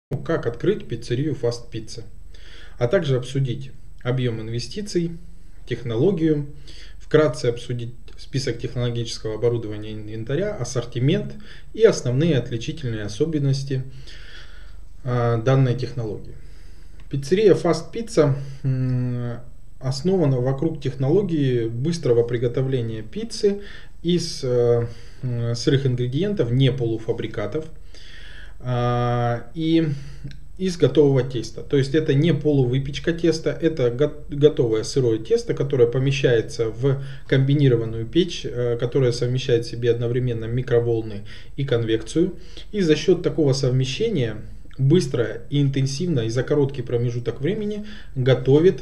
как открыть пиццерию Fast Pizza, а также обсудить объем инвестиций, технологию, вкратце обсудить список технологического оборудования и инвентаря, ассортимент и основные отличительные особенности данной технологии. Пиццерия Fast Pizza основана вокруг технологии быстрого приготовления пиццы из сырых ингредиентов, не полуфабрикатов, и из готового теста. То есть это не полувыпечка теста, это готовое сырое тесто, которое помещается в комбинированную печь, которая совмещает в себе одновременно микроволны и конвекцию. И за счет такого совмещения быстро и интенсивно и за короткий промежуток времени готовит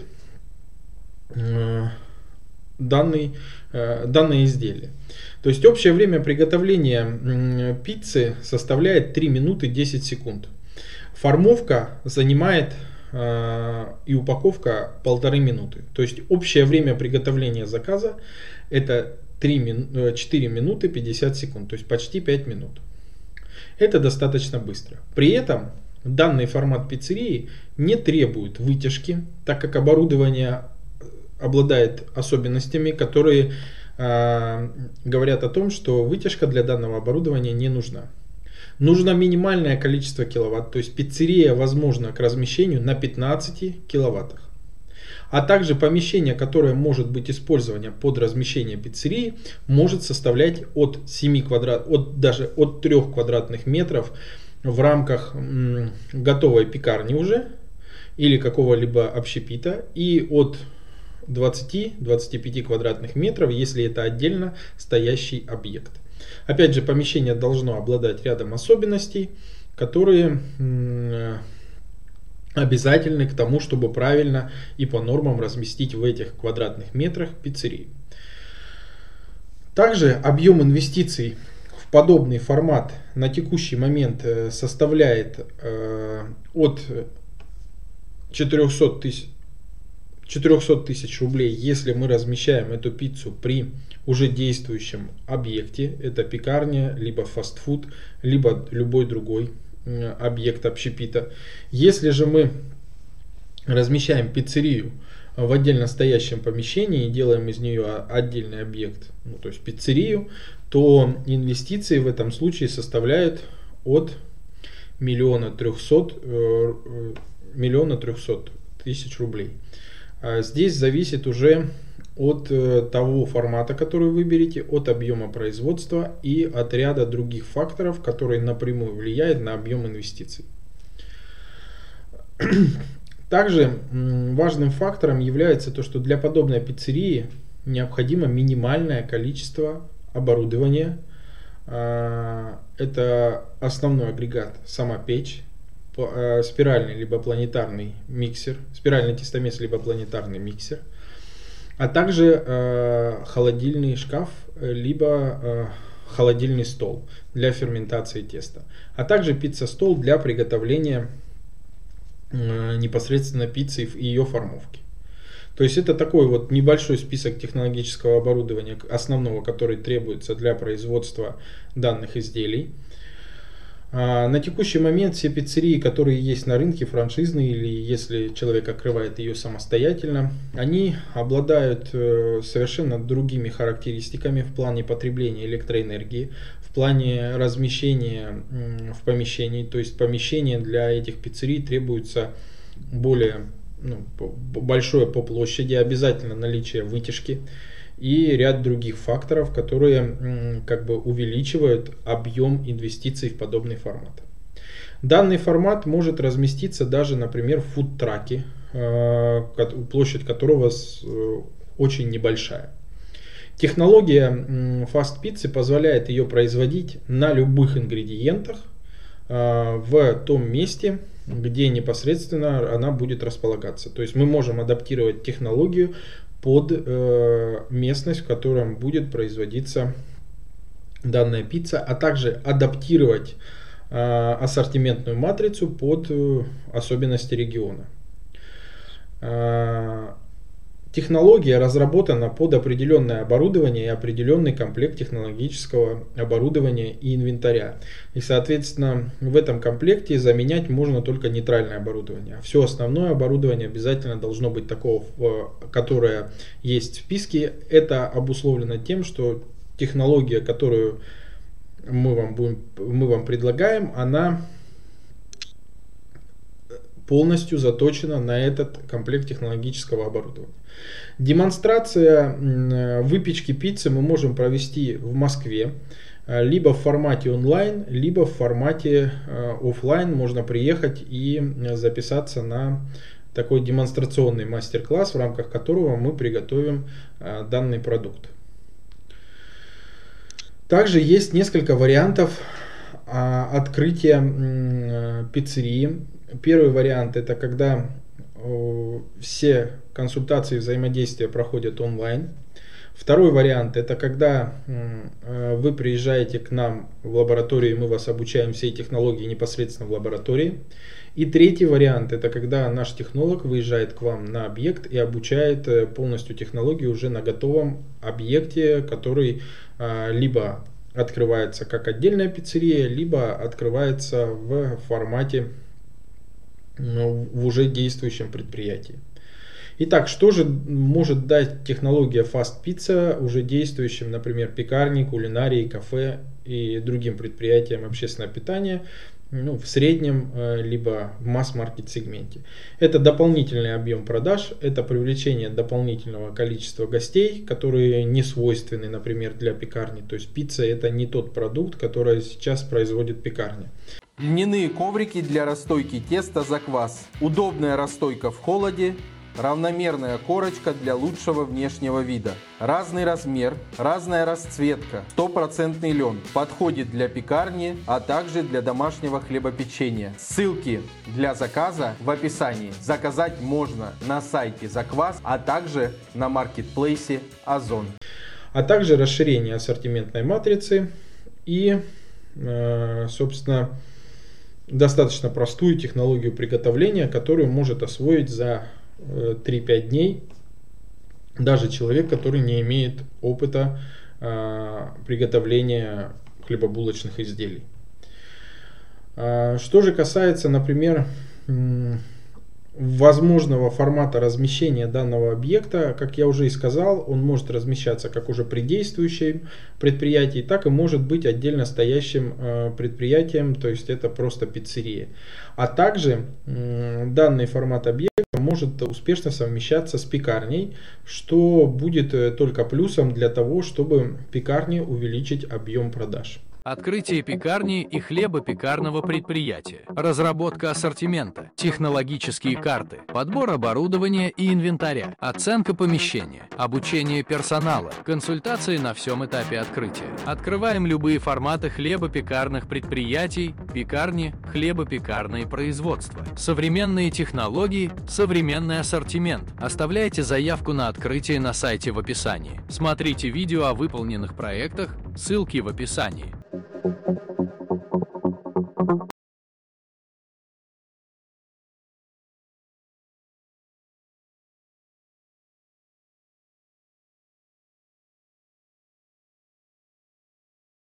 данное изделие. То есть общее время приготовления пиццы составляет 3 минуты 10 секунд. Формовка занимает и упаковка 1,5 минуты. То есть общее время приготовления заказа это 4 минуты 50 секунд, то есть почти 5 минут. Это достаточно быстро. При этом данный формат пиццерии не требует вытяжки, так как оборудование обладает особенностями, которые говорят о том, что вытяжка для данного оборудования не нужна. Нужно минимальное количество киловатт, то есть пиццерия возможна к размещению на 15 киловаттах. А также помещение, которое может быть использовано под размещение пиццерии, может составлять от 3 квадратных метров в рамках готовой пекарни уже или какого-либо общепита, и от 20-25 квадратных метров, если это отдельно стоящий объект. Опять же, помещение должно обладать рядом особенностей, которые обязательны к тому, чтобы правильно и по нормам разместить в этих квадратных метрах пиццерии. Также объем инвестиций в подобный формат на текущий момент составляет от 400 тысяч рублей, если мы размещаем эту пиццу при уже действующем объекте. Это пекарня, либо фастфуд, либо любой другой объект общепита. Если же мы размещаем пиццерию в отдельно стоящем помещении и делаем из нее отдельный объект, то есть пиццерию, то инвестиции в этом случае составляют от 1 300 000 тысяч рублей. Здесь зависит уже от того формата, который вы выберете, от объема производства и от ряда других факторов, которые напрямую влияют на объем инвестиций. Также важным фактором является то, что для подобной пиццерии необходимо минимальное количество оборудования. Это основной агрегат, сама печь, спиральный либо планетарный миксер, спиральный тестомес либо планетарный миксер, а также холодильный шкаф либо холодильный стол для ферментации теста, а также пицца-стол для приготовления непосредственно пиццы и ее формовки. То есть это такой вот небольшой список технологического оборудования основного, который требуется для производства данных изделий. На текущий момент все пиццерии, которые есть на рынке, франшизные, или если человек открывает ее самостоятельно, они обладают совершенно другими характеристиками в плане потребления электроэнергии, в плане размещения в помещении. То есть помещение для этих пиццерий требуется более большое по площади, обязательно наличие вытяжки и ряд других факторов, которые увеличивают объем инвестиций в подобный формат. Данный формат может разместиться даже, например, в фудтраке, площадь которого очень небольшая. Технология Fast Pizza позволяет ее производить на любых ингредиентах в том месте, где непосредственно она будет располагаться. То есть мы можем адаптировать технологию под местность, в которой будет производиться данная пицца, а также адаптировать ассортиментную матрицу под особенности региона. технология разработана под определенное оборудование и определенный комплект технологического оборудования и инвентаря. И, соответственно, в этом комплекте заменять можно только нейтральное оборудование. Все основное оборудование обязательно должно быть такого, которое есть в списке. Это обусловлено тем, что технология, которую мы вам предлагаем, она полностью заточена на этот комплект технологического оборудования. Демонстрация выпечки пиццы мы можем провести в Москве, либо в формате онлайн, либо в формате офлайн. Можно приехать и записаться на такой демонстрационный мастер-класс, в рамках которого мы приготовим данный продукт. Также есть несколько вариантов открытия пиццерии. Первый вариант — это когда все консультации и взаимодействия проходят онлайн. Второй вариант — это когда вы приезжаете к нам в лабораторию, и мы вас обучаем всей технологии непосредственно в лаборатории. И третий вариант — это когда наш технолог выезжает к вам на объект и обучает полностью технологию уже на готовом объекте, который либо открывается как отдельная пиццерия, либо открывается в формате в уже действующем предприятии. Итак, что же может дать технология Fast Pizza уже действующим, например, пекарне, кулинарии, кафе и другим предприятиям общественного питания, в среднем либо в масс-маркет сегменте? Это дополнительный объем продаж, это привлечение дополнительного количества гостей, которые не свойственны, например, для пекарни. То есть пицца — это не тот продукт, который сейчас производит пекарня. Льняные коврики для расстойки теста за квас. Удобная расстойка в холоде. Равномерная корочка для лучшего внешнего вида. Разный размер, разная расцветка. 100% лен. Подходит для пекарни, а также для домашнего хлебопечения. Ссылки для заказа в описании. Заказать можно на сайте Заквас, а также на маркетплейсе Озон. А также расширение ассортиментной матрицы и, собственно, достаточно простую технологию приготовления, которую может освоить за 3-5 дней даже человек, который не имеет опыта приготовления хлебобулочных изделий. Что же касается, например, возможного формата размещения данного объекта, как я уже и сказал, он может размещаться как уже при действующем предприятии, так и может быть отдельно стоящим предприятием, то есть это просто пиццерия. А также данный формат объекта может успешно совмещаться с пекарней, что будет только плюсом для того, чтобы пекарне увеличить объем продаж. Открытие пекарни и хлебопекарного предприятия, разработка ассортимента, технологические карты, подбор оборудования и инвентаря, оценка помещения, обучение персонала, консультации на всем этапе открытия. Открываем любые форматы хлебопекарных предприятий, пекарни, хлебопекарные производства. Современные технологии, современный ассортимент. Оставляйте заявку на открытие на сайте в описании. Смотрите видео о выполненных проектах, ссылки в описании.